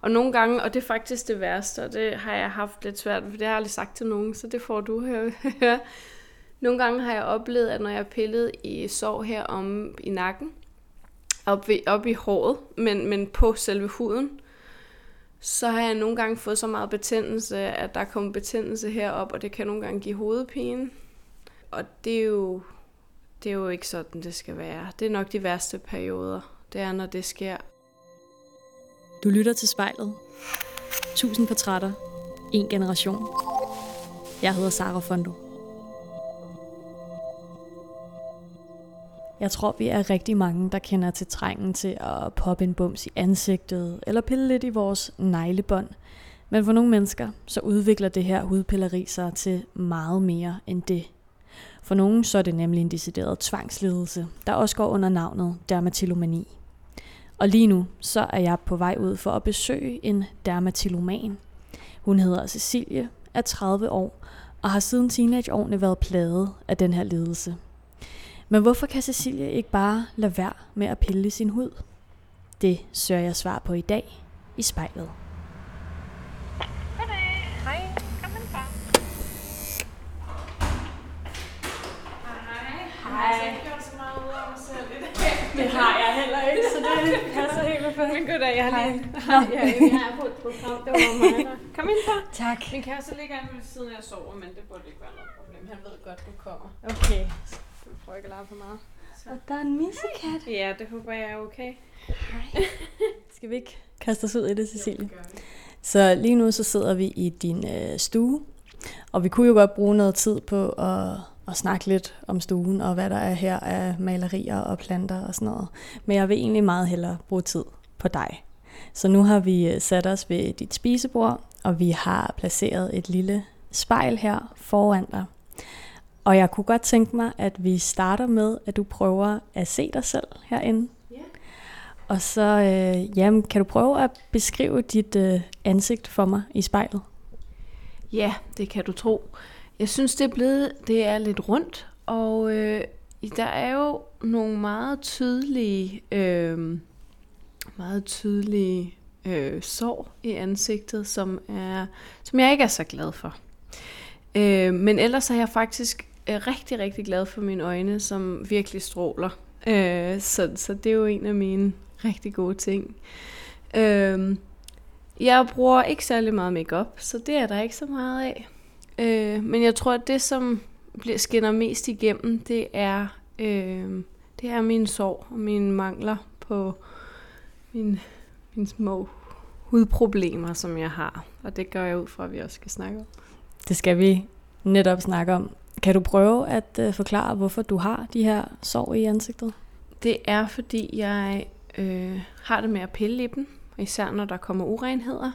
Og nogle gange, og det er faktisk det værste, og det har jeg haft lidt svært, for det har jeg aldrig sagt til nogen, så det får du høre. Nogle gange har jeg oplevet, at når jeg pillede i sår her om i nakken, op i håret, men på selve huden, så har jeg nogle gange fået så meget betændelse, at der er kommet betændelse herop, og det kan nogle gange give hovedpine. Og det er jo ikke sådan, det skal være. Det er nok de værste perioder, det er, når det sker. Du lytter til Spejlet. 1000 portrætter. En generation. Jeg hedder Sara Fondo. Jeg tror, vi er rigtig mange, der kender til trængen til at poppe en bums i ansigtet, eller pille lidt i vores neglebånd. Men for nogle mennesker, så udvikler det her hudpilleri sig til meget mere end det. For nogle så er det nemlig en decideret tvangslidelse, der også går under navnet dermatillomani. Og lige nu, så er jeg på vej ud for at besøge en dermatiloman. Hun hedder Cecilie, er 30 år, og har siden teenageårene været plaget af den her lidelse. Men hvorfor kan Cecilie ikke bare lade være med at pille sin hud? Det søger jeg svar på i dag i Spejlet. Hej, kom indenfor. Hej. Jeg har ikke gjort så meget ud af mig selv i dag. Det har jeg heller ikke, så det passer helt perfekt. Men goddag, jeg har lige... Jeg er på et program, det var mig der. Kom indenfor. Tak. Min kæreste ligger inde ved siden af, jeg sover, men det burde ikke være noget problem. Han ved godt, du kommer. Okay. Jeg prøver ikke at lave for meget. Og der er en missekat. Ja, det håber jeg er okay. Hej. Skal vi ikke kaste os ud i det, Cecilie? Så lige nu så sidder vi i din stue, og vi kunne jo godt bruge noget tid på at snakke lidt om stuen, og hvad der er her af malerier og planter og sådan noget. Men jeg vil egentlig meget hellere bruge tid på dig. Så nu har vi sat os ved dit spisebord, og vi har placeret et lille spejl her foran dig. Og jeg kunne godt tænke mig, at vi starter med, at du prøver at se dig selv herinde. Ja. Og så kan du prøve at beskrive dit ansigt for mig i spejlet? Ja, det kan du tro. Jeg synes, det er lidt rundt, og der er jo nogle meget tydelige sår i ansigtet, som jeg ikke er så glad for. Men ellers er jeg faktisk rigtig, rigtig glad for mine øjne, som virkelig stråler. Så det er jo en af mine rigtig gode ting. Jeg bruger ikke særlig meget makeup, så det er der ikke så meget af. Men jeg tror, at det, som skinner mest igennem, det er mine sår og mine mangler på mine små hudproblemer, som jeg har. Og det gør jeg ud fra, at vi også skal snakke om. Det skal vi netop snakke om. Kan du prøve at forklare, hvorfor du har de her sår i ansigtet? Det er, fordi jeg har det med at pille i dem, især når der kommer urenheder.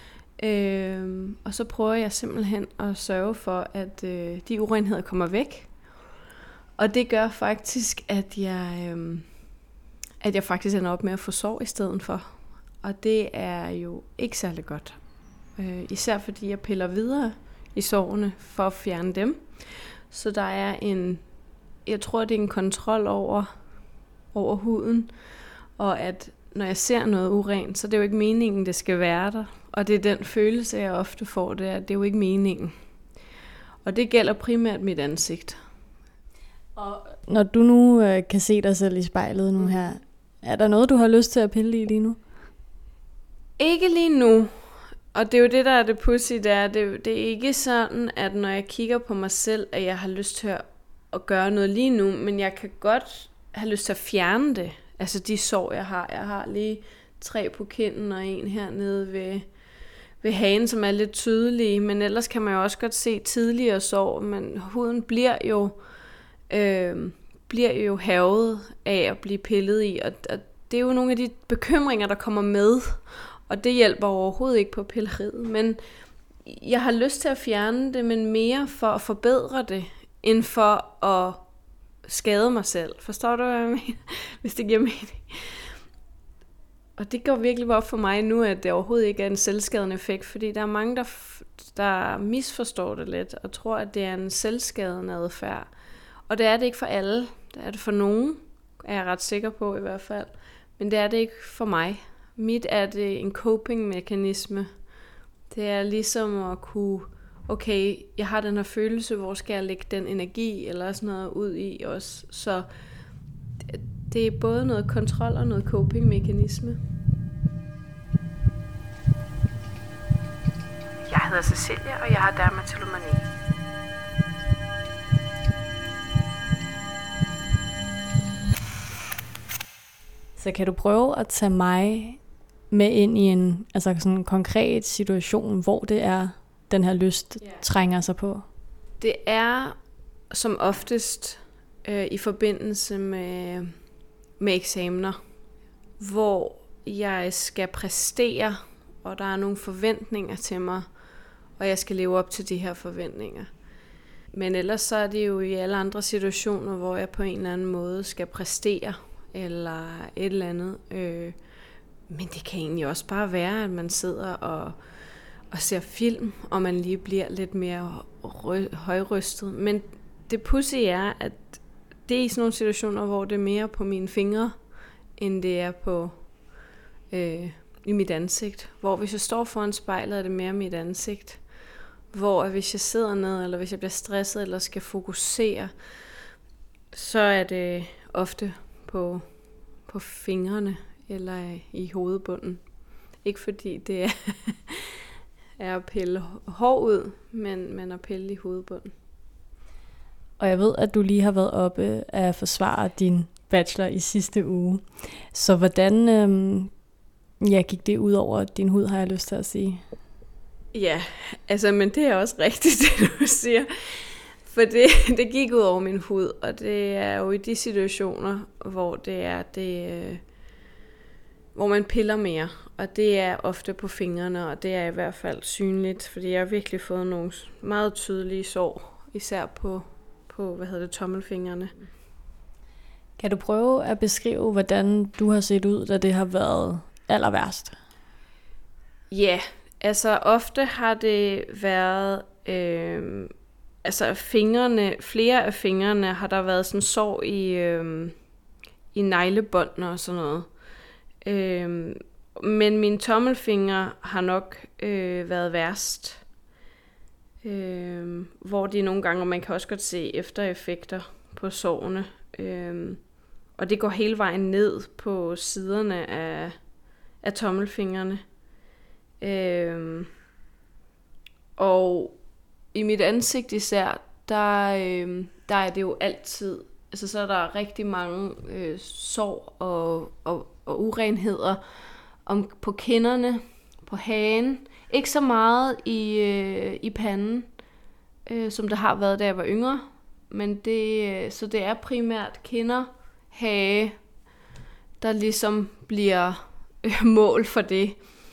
Og så prøver jeg simpelthen at sørge for, at de urenheder kommer væk. Og det gør faktisk, at jeg faktisk ender op med at få sår i stedet for. Og det er jo ikke særlig godt. Især fordi jeg piller videre i sårene for at fjerne dem. Så der er jeg tror, det er en kontrol over huden. Og at når jeg ser noget urent, så det er jo ikke meningen, det skal være der. Og det er den følelse, jeg ofte får, det er jo ikke meningen. Og det gælder primært mit ansigt. Og når du nu kan se dig selv i spejlet nu her, er der noget, du har lyst til at pille i lige nu? Ikke lige nu. Og det er jo det, der er det pudsige, det er ikke sådan, at når jeg kigger på mig selv, at jeg har lyst til at gøre noget lige nu, men jeg kan godt have lyst til at fjerne det. Altså de sår, jeg har. Jeg har lige 3 på kinden og en hernede ved hagen, som er lidt tydelige. Men ellers kan man jo også godt se tidligere sår, men huden bliver jo hærget af at blive pillet i. Og det er jo nogle af de bekymringer, der kommer med. Og det hjælper overhovedet ikke på pilleriet. Men jeg har lyst til at fjerne det, men mere for at forbedre det, end for at skade mig selv. Forstår du, hvad jeg mener? Hvis det giver mening. Og det går virkelig op for mig nu, at det overhovedet ikke er en selvskadende effekt, fordi der er mange, der misforstår det lidt, og tror, at det er en selvskadende adfærd. Og det er det ikke for alle. Det er det for nogen, er jeg ret sikker på i hvert fald. Men det er det ikke for mig. Mit er det en coping-mekanisme. Det er ligesom at kunne, okay, jeg har den her følelse, hvor skal jeg lægge den energi eller sådan noget ud i også. Så det er både noget kontrol og noget coping-mekanisme. Jeg hedder Cecilia, og jeg har dermatillomani. Så kan du prøve at tage mig med ind i en sådan en konkret situation, hvor det er, den her lyst trænger sig på? Det er som oftest i forbindelse med eksamener, hvor jeg skal præstere, og der er nogle forventninger til mig, og jeg skal leve op til de her forventninger. Men ellers så er det jo i alle andre situationer, hvor jeg på en eller anden måde skal præstere, eller et eller andet. Men det kan egentlig også bare være, at man sidder og ser film, og man lige bliver lidt mere højrystet. Men det pudsige er, at det er i sådan nogle situationer, hvor det er mere på mine fingre, end det er på i mit ansigt. Hvor hvis jeg står foran spejlet, er det mere mit ansigt. Hvor hvis jeg sidder ned, eller hvis jeg bliver stresset, eller skal fokusere, så er det ofte på fingrene, eller i hovedbunden. Ikke fordi det er at pille hår ud, men at pille i hovedbunden. Og jeg ved, at du lige har været oppe at forsvare din bachelor i sidste uge. Så hvordan gik det ud over din hud, har jeg lyst til at sige? Ja, men det er også rigtigt, det du siger. For det gik ud over min hud, og det er jo i de situationer, hvor hvor man piller mere. Og det er ofte på fingrene, og det er i hvert fald synligt, fordi jeg har virkelig fået nogle meget tydelige sår, især på tommelfingrene. Kan du prøve at beskrive, hvordan du har set ud, da det har været aller værst? Ja, ofte har det været, flere af fingrene har der været sådan sår i neglebåndene og sådan noget. Men mine tommelfingre har nok været værst. Hvor de nogle gange, og man kan også godt se eftereffekter på sårene. Og det går hele vejen ned på siderne af tommelfingrene. Og i mit ansigt især, der er det jo altid, så er der rigtig mange sår og urenheder på kinderne, på hagen. Ikke så meget i panden, som der har været, da jeg var yngre. Men så det er primært kinder, hage, der ligesom bliver mål for det.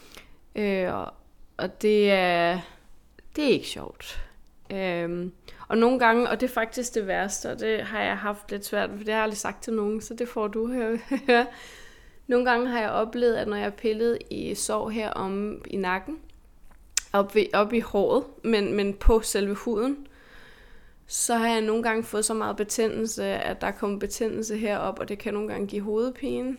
Og det er ikke sjovt. Og nogle gange, og det er faktisk det værste, og det har jeg haft lidt svært, for det har jeg aldrig sagt til nogen, så det får du høre. Nogle gange har jeg oplevet, at når jeg pillede i sår her om i nakken, op i håret, men på selve huden, så har jeg nogle gange fået så meget betændelse, at der kommer betændelse herop, og det kan nogle gange give hovedpine.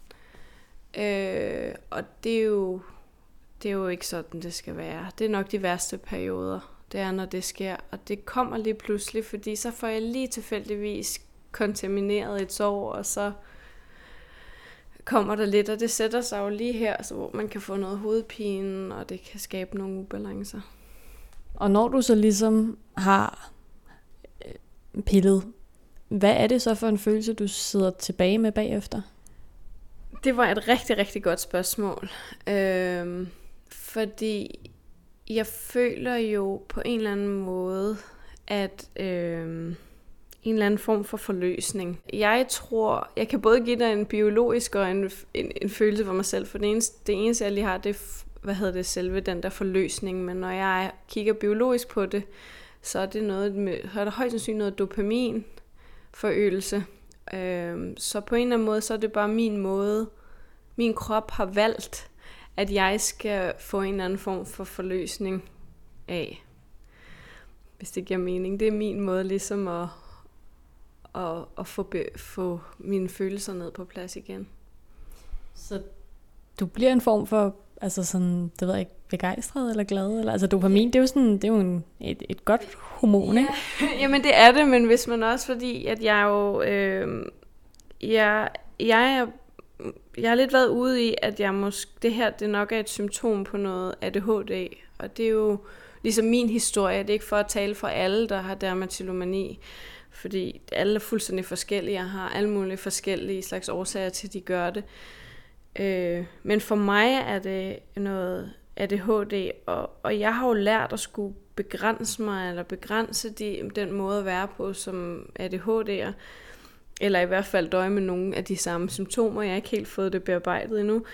Og det er jo ikke sådan, det skal være. Det er nok de værste perioder, det er, når det sker. Og det kommer lige pludselig, fordi så får jeg lige tilfældigvis kontamineret et sår, og så kommer der lidt, og det sætter sig jo lige her, så hvor man kan få noget hovedpine, og det kan skabe nogle ubalancer. Og når du så ligesom har pillet, hvad er det så for en følelse, du sidder tilbage med bagefter? Det var et rigtig, rigtig godt spørgsmål. Fordi jeg føler jo på en eller anden måde, at en eller anden form for forløsning. Jeg tror, jeg kan både give dig en biologisk og en følelse for mig selv, for det eneste jeg lige har, det er, selve den der forløsning, men når jeg kigger biologisk på det, så er det så er der højst sandsynligt noget dopaminforøgelse. Så på en eller anden måde, så er det bare min krop har valgt, at jeg skal få en eller anden form for forløsning af, hvis det giver mening. Det er min måde ligesom at få mine følelser ned på plads igen. Så du bliver en form for, altså sådan, det ved jeg ikke, begejstret eller glad? Eller, altså dopamin, det er jo sådan, det er jo et godt hormon, ikke? Jamen det er det, men hvis man også, fordi at jeg jo, jeg har lidt været ude i, at det her det nok er et symptom på noget ADHD, og det er jo ligesom min historie, det er ikke for at tale for alle, der har dermatillomani, fordi alle er fuldstændig forskellige, jeg har alle mulige forskellige slags årsager til, at de gør det. Men for mig er det noget ADHD, og jeg har jo lært at skulle begrænse mig, eller begrænse den måde at være på som ADHD'er, eller i hvert fald døje med nogle af de samme symptomer. Jeg har ikke helt fået det bearbejdet endnu.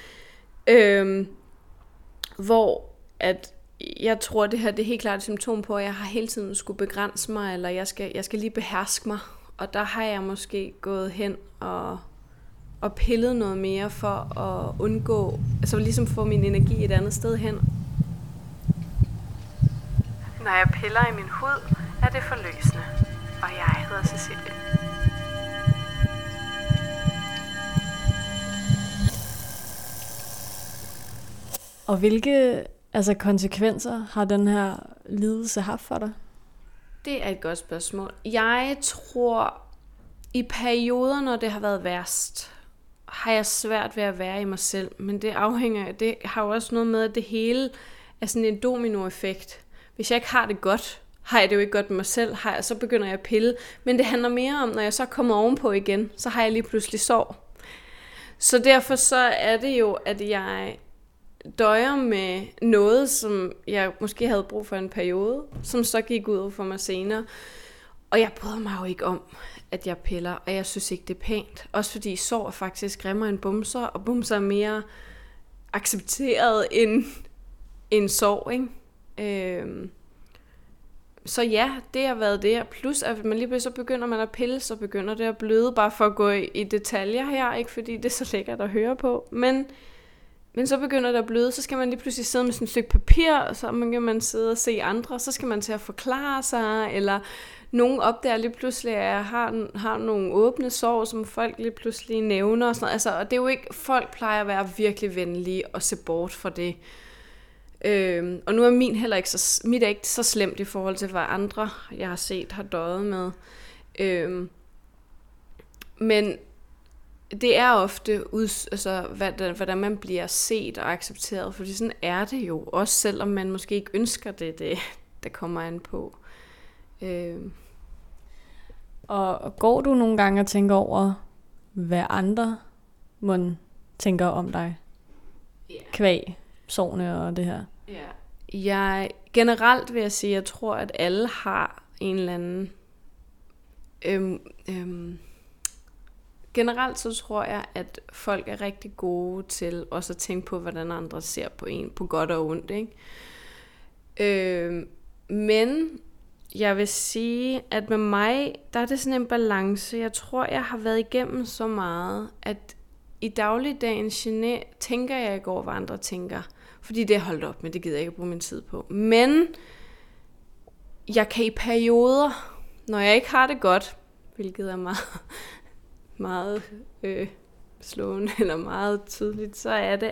Hvor at jeg tror, det her det er helt klart et symptom på, at jeg har hele tiden skulle begrænse mig, eller jeg skal lige beherske mig. Og der har jeg måske gået hen og pillet noget mere for at undgå, altså ligesom få min energi et andet sted hen. Når jeg piller i min hud, er det forløsende. Og jeg hedder Cecilie. Og hvilke konsekvenser har den her lidelse haft for dig? Det er et godt spørgsmål. Jeg tror, i perioder, når det har været værst, har jeg svært ved at være i mig selv. Men det har jo også noget med, at det hele er sådan en dominoeffekt. Hvis jeg ikke har det godt, har jeg det jo ikke godt med mig selv, så begynder jeg at pille. Men det handler mere om, når jeg så kommer ovenpå igen, så har jeg lige pludselig sorg. Så derfor så er det jo, at jeg døjer med noget, som jeg måske havde brug for en periode, som så gik ud for mig senere. Og jeg bryder mig jo ikke om, at jeg piller, og jeg synes ikke, det er pænt. Også fordi sorg er faktisk grimmere end bumser, og bumser er mere accepteret end sorg, ikke? Så ja, det har været det. Plus, at man lige så begynder man at pille, så begynder det at bløde, bare for at gå i detaljer her, ikke fordi det er så lækkert at høre på, men så begynder det at bløde, så skal man lige pludselig sidde med sådan et stykke papir, og så kan man sidde og se andre, så skal man til at forklare sig, eller nogen opdager lige pludselig, at jeg har nogle åbne sår, som folk lige pludselig nævner, og sådan noget. Altså, og det er jo ikke, folk plejer at være virkelig venlige og se bort fra det. Og nu er mit er ikke så slemt i forhold til, hvad andre, jeg har set, har døjet med. Men det er ofte hvordan man bliver set og accepteret, fordi sådan er det jo, også selvom man måske ikke ønsker det kommer an på. Og går du nogle gange og tænker over, hvad andre tænker om dig? Yeah. Kvæg, sårene og det her? Yeah. Generelt vil jeg sige, at jeg tror, at alle har en eller anden... Generelt så tror jeg, at folk er rigtig gode til også at tænke på, hvordan andre ser på en, på godt og ondt, ikke? Men jeg vil sige, at med mig, der er det sådan en balance. Jeg tror, jeg har været igennem så meget, at i dagligdagen tænker jeg ikke over, hvad andre tænker. Fordi det er holdt op med, det gider jeg ikke bruge min tid på. Men jeg kan i perioder, når jeg ikke har det godt, hvilket er meget slående eller meget tydeligt, så er det,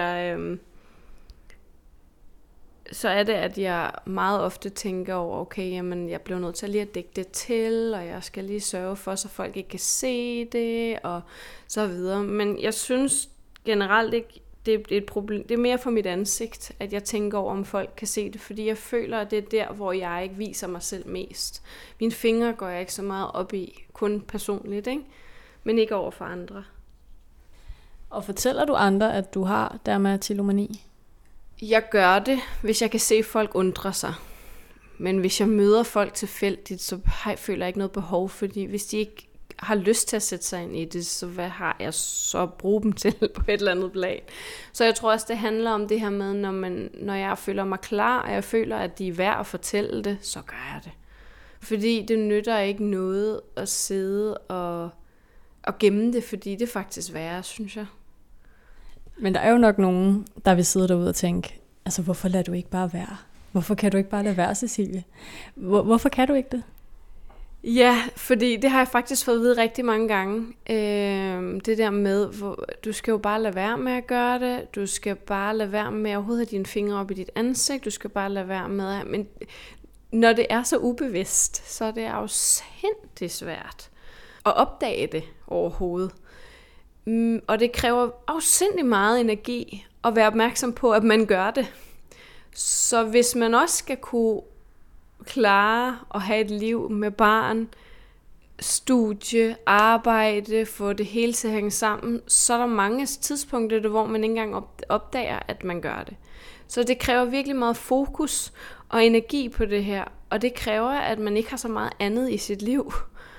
at jeg meget ofte tænker over, okay, jamen, jeg bliver nødt til lige at dække det til, og jeg skal lige sørge for, så folk ikke kan se det, og så videre. Men jeg synes generelt ikke, det er et problem. Det er mere for mit ansigt, at jeg tænker over, om folk kan se det, fordi jeg føler, at det er der, hvor jeg ikke viser mig selv mest. Mine fingre går jeg ikke så meget op i, kun personligt, ikke? Men ikke over for andre. Og fortæller du andre, at du har dermatillomani? Jeg gør det, hvis jeg kan se folk undre sig. Men hvis jeg møder folk tilfældigt, så føler jeg ikke noget behov, fordi hvis de ikke har lyst til at sætte sig ind i det, så hvad har jeg så at bruge dem til på et eller andet plan? Så jeg tror også, det handler om det her med, når jeg føler mig klar, og jeg føler, at de er værd at fortælle det, så gør jeg det. Fordi det nytter ikke noget at sidde og gemme det, fordi det er faktisk værre, synes jeg. Men der er jo nok nogen, der vil sidde derude og tænke, altså hvorfor lader du ikke bare være? Hvorfor kan du ikke bare lade være, Cecilie? Hvorfor kan du ikke det? Ja, fordi det har jeg faktisk fået at vide rigtig mange gange. Det der med, hvor du skal jo bare lade være med at gøre det. Du skal bare lade være med at overhovedet have dine fingre op i dit ansigt. Du skal bare lade være med at... Men når det er så ubevidst, så er det afsindigt svært at opdage det overhovedet. Og det kræver afsindigt meget energi at være opmærksom på, at man gør det. Så hvis man også skal kunne klare at have et liv med barn, studie, arbejde, få det hele til at hænge sammen, så er der mange tidspunkter, hvor man ikke engang opdager, at man gør det. Så det kræver virkelig meget fokus og energi på det her, og det kræver, at man ikke har så meget andet i sit liv.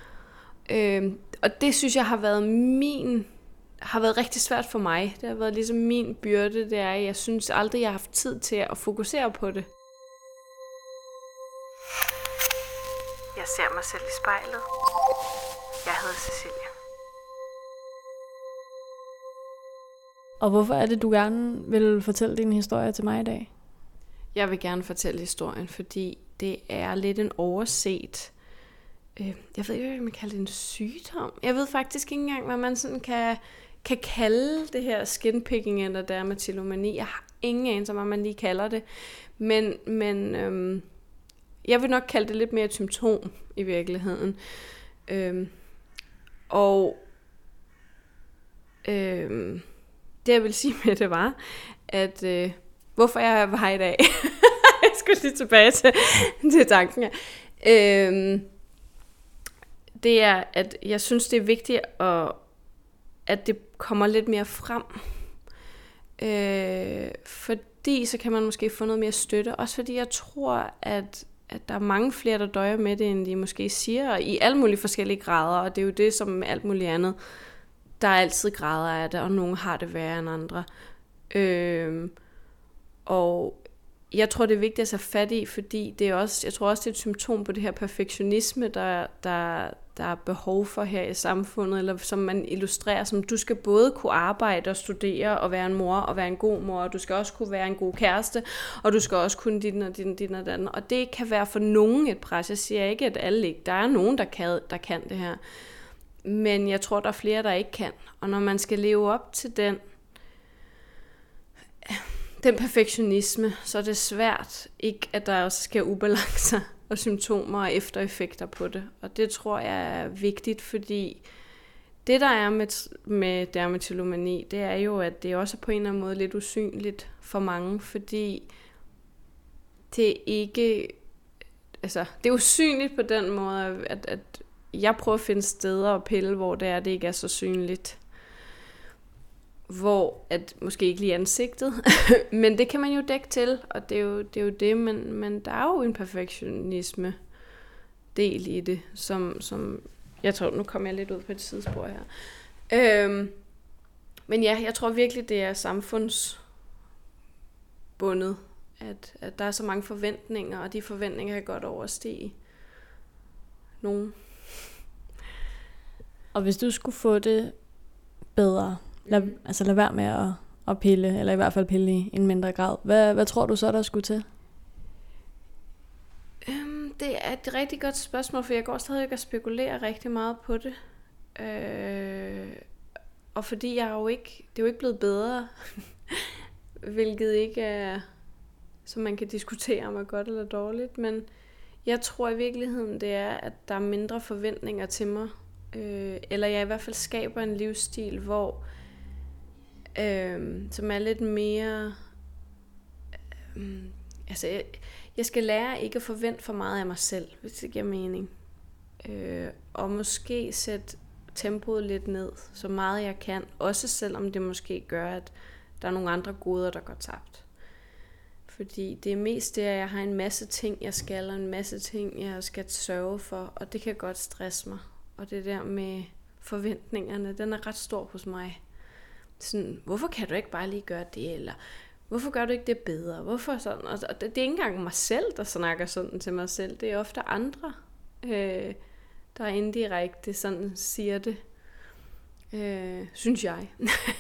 Og det synes jeg har været rigtig svært for mig. Det har været ligesom min byrde, det er, jeg synes aldrig, jeg har haft tid til at fokusere på det. Jeg ser mig selv i spejlet. Jeg hedder Cecilie. Og hvorfor er det, du gerne vil fortælle din historie til mig i dag? Jeg vil gerne fortælle historien, fordi det er lidt en overset. Jeg ved ikke, om man kalder det en sygdom. Jeg ved faktisk ikke engang, hvad man sådan kan kalde det her skinpicking eller dermatillomani. Jeg har ingen anelse om, hvad man lige kalder det. Men jeg vil nok kalde det lidt mere et symptom i virkeligheden. Det jeg vil sige med det var, at hvorfor jeg var her i dag. Jeg skulle lige tilbage til tanken her. Det er, at jeg synes, det er vigtigt, at det kommer lidt mere frem. Fordi så kan man måske få noget mere støtte. Også fordi jeg tror, at der er mange flere, der døjer med det, end de måske siger. I alle mulige forskellige grader. Og det er jo det, som med alt muligt andet. Der er altid grader af det, og nogle har det værre end andre. Og jeg tror, det er vigtigt at tage fat i, fordi det er også, jeg tror også, det er et symptom på det her perfektionisme, der er behov for her i samfundet, eller som man illustrerer, som du skal både kunne arbejde og studere og være en mor og være en god mor, og du skal også kunne være en god kæreste, og du skal også kunne din og den. Og det kan være for nogen et pres. Jeg siger ikke, at alle ikke. Der er nogen, der kan det her. Men jeg tror, der er flere, der ikke kan. Og når man skal leve op til den perfektionisme, så er det svært ikke, at der også sker ubalancer og symptomer og eftereffekter på det. Og det tror jeg er vigtigt, fordi det, der er med dermatillomani, det er jo, at det også er på en eller anden måde lidt usynligt for mange, fordi det ikke... Altså, det er usynligt på den måde, at jeg prøver at finde steder og pille, hvor det ikke er så synligt. Hvor at måske ikke lige ansigtet, men det kan man jo dække til, og det er jo det, men der er jo en perfektionisme del i det, som jeg tror, nu kommer jeg lidt ud på et sidespor her. Men ja, jeg tror virkelig, det er samfundsbundet, at der er så mange forventninger, og de forventninger kan godt overstige nogen. Og hvis du skulle få det bedre, lad være med at pille, eller i hvert fald pille i en mindre grad. Hvad tror du så, der skulle til? Det er et rigtig godt spørgsmål, for jeg går stadig og spekulerer rigtig meget på det. Og fordi det er jo ikke blevet bedre, hvilket ikke er, som man kan diskutere om er godt eller dårligt, men jeg tror i virkeligheden, det er, at der er mindre forventninger til mig, eller jeg i hvert fald skaber en livsstil, hvor som er lidt mere jeg skal lære ikke at forvente for meget af mig selv, hvis det giver mening, og måske sætte tempoet lidt ned, så meget jeg kan, også selvom det måske gør, at der er nogle andre goder, der går tabt. Fordi det er mest det, at jeg har en masse ting, jeg skal, og en masse ting, jeg skal sørge for, og det kan godt stresse mig. Og det der med forventningerne, den er ret stor hos mig. Sådan, hvorfor kan du ikke bare lige gøre det, eller hvorfor gør du ikke det bedre? Hvorfor sådan? Og det er ikke engang mig selv, der snakker sådan til mig selv. Det er ofte andre, der indirekte sådan siger det. Synes jeg.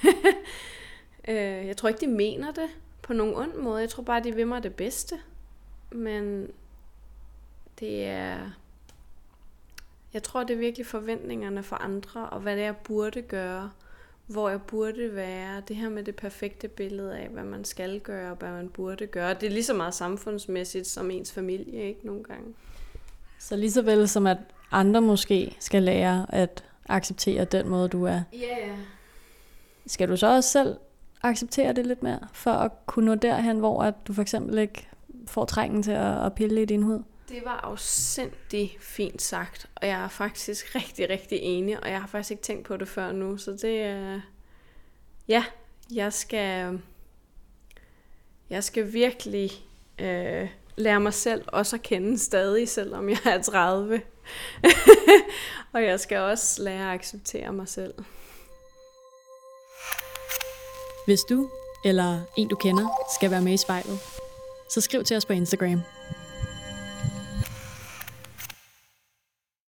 Jeg tror ikke, de mener det på nogen ond måde. Jeg tror bare, de vil mig det bedste. Men det er Jeg tror, det er virkelig forventningerne for andre, og hvad det er, jeg burde gøre, hvor jeg burde være. Det her med det perfekte billede af, hvad man skal gøre, og hvad man burde gøre. Det er lige så meget samfundsmæssigt som ens familie, ikke nogle gange. Så lige så vel som at andre måske skal lære at acceptere den måde, du er. Yeah. Skal du så også selv acceptere det lidt mere, for at kunne nå derhen, hvor at du for eksempel ikke får trængen til at pille i din hud? Det var afsindig fint sagt, og jeg er faktisk rigtig, rigtig enig, og jeg har faktisk ikke tænkt på det før nu, så det er... Ja, jeg skal virkelig lære mig selv også at kende stadig, selvom jeg er 30. Og jeg skal også lære at acceptere mig selv. Hvis du eller en du kender skal være med i spejlet, så skriv til os på Instagram.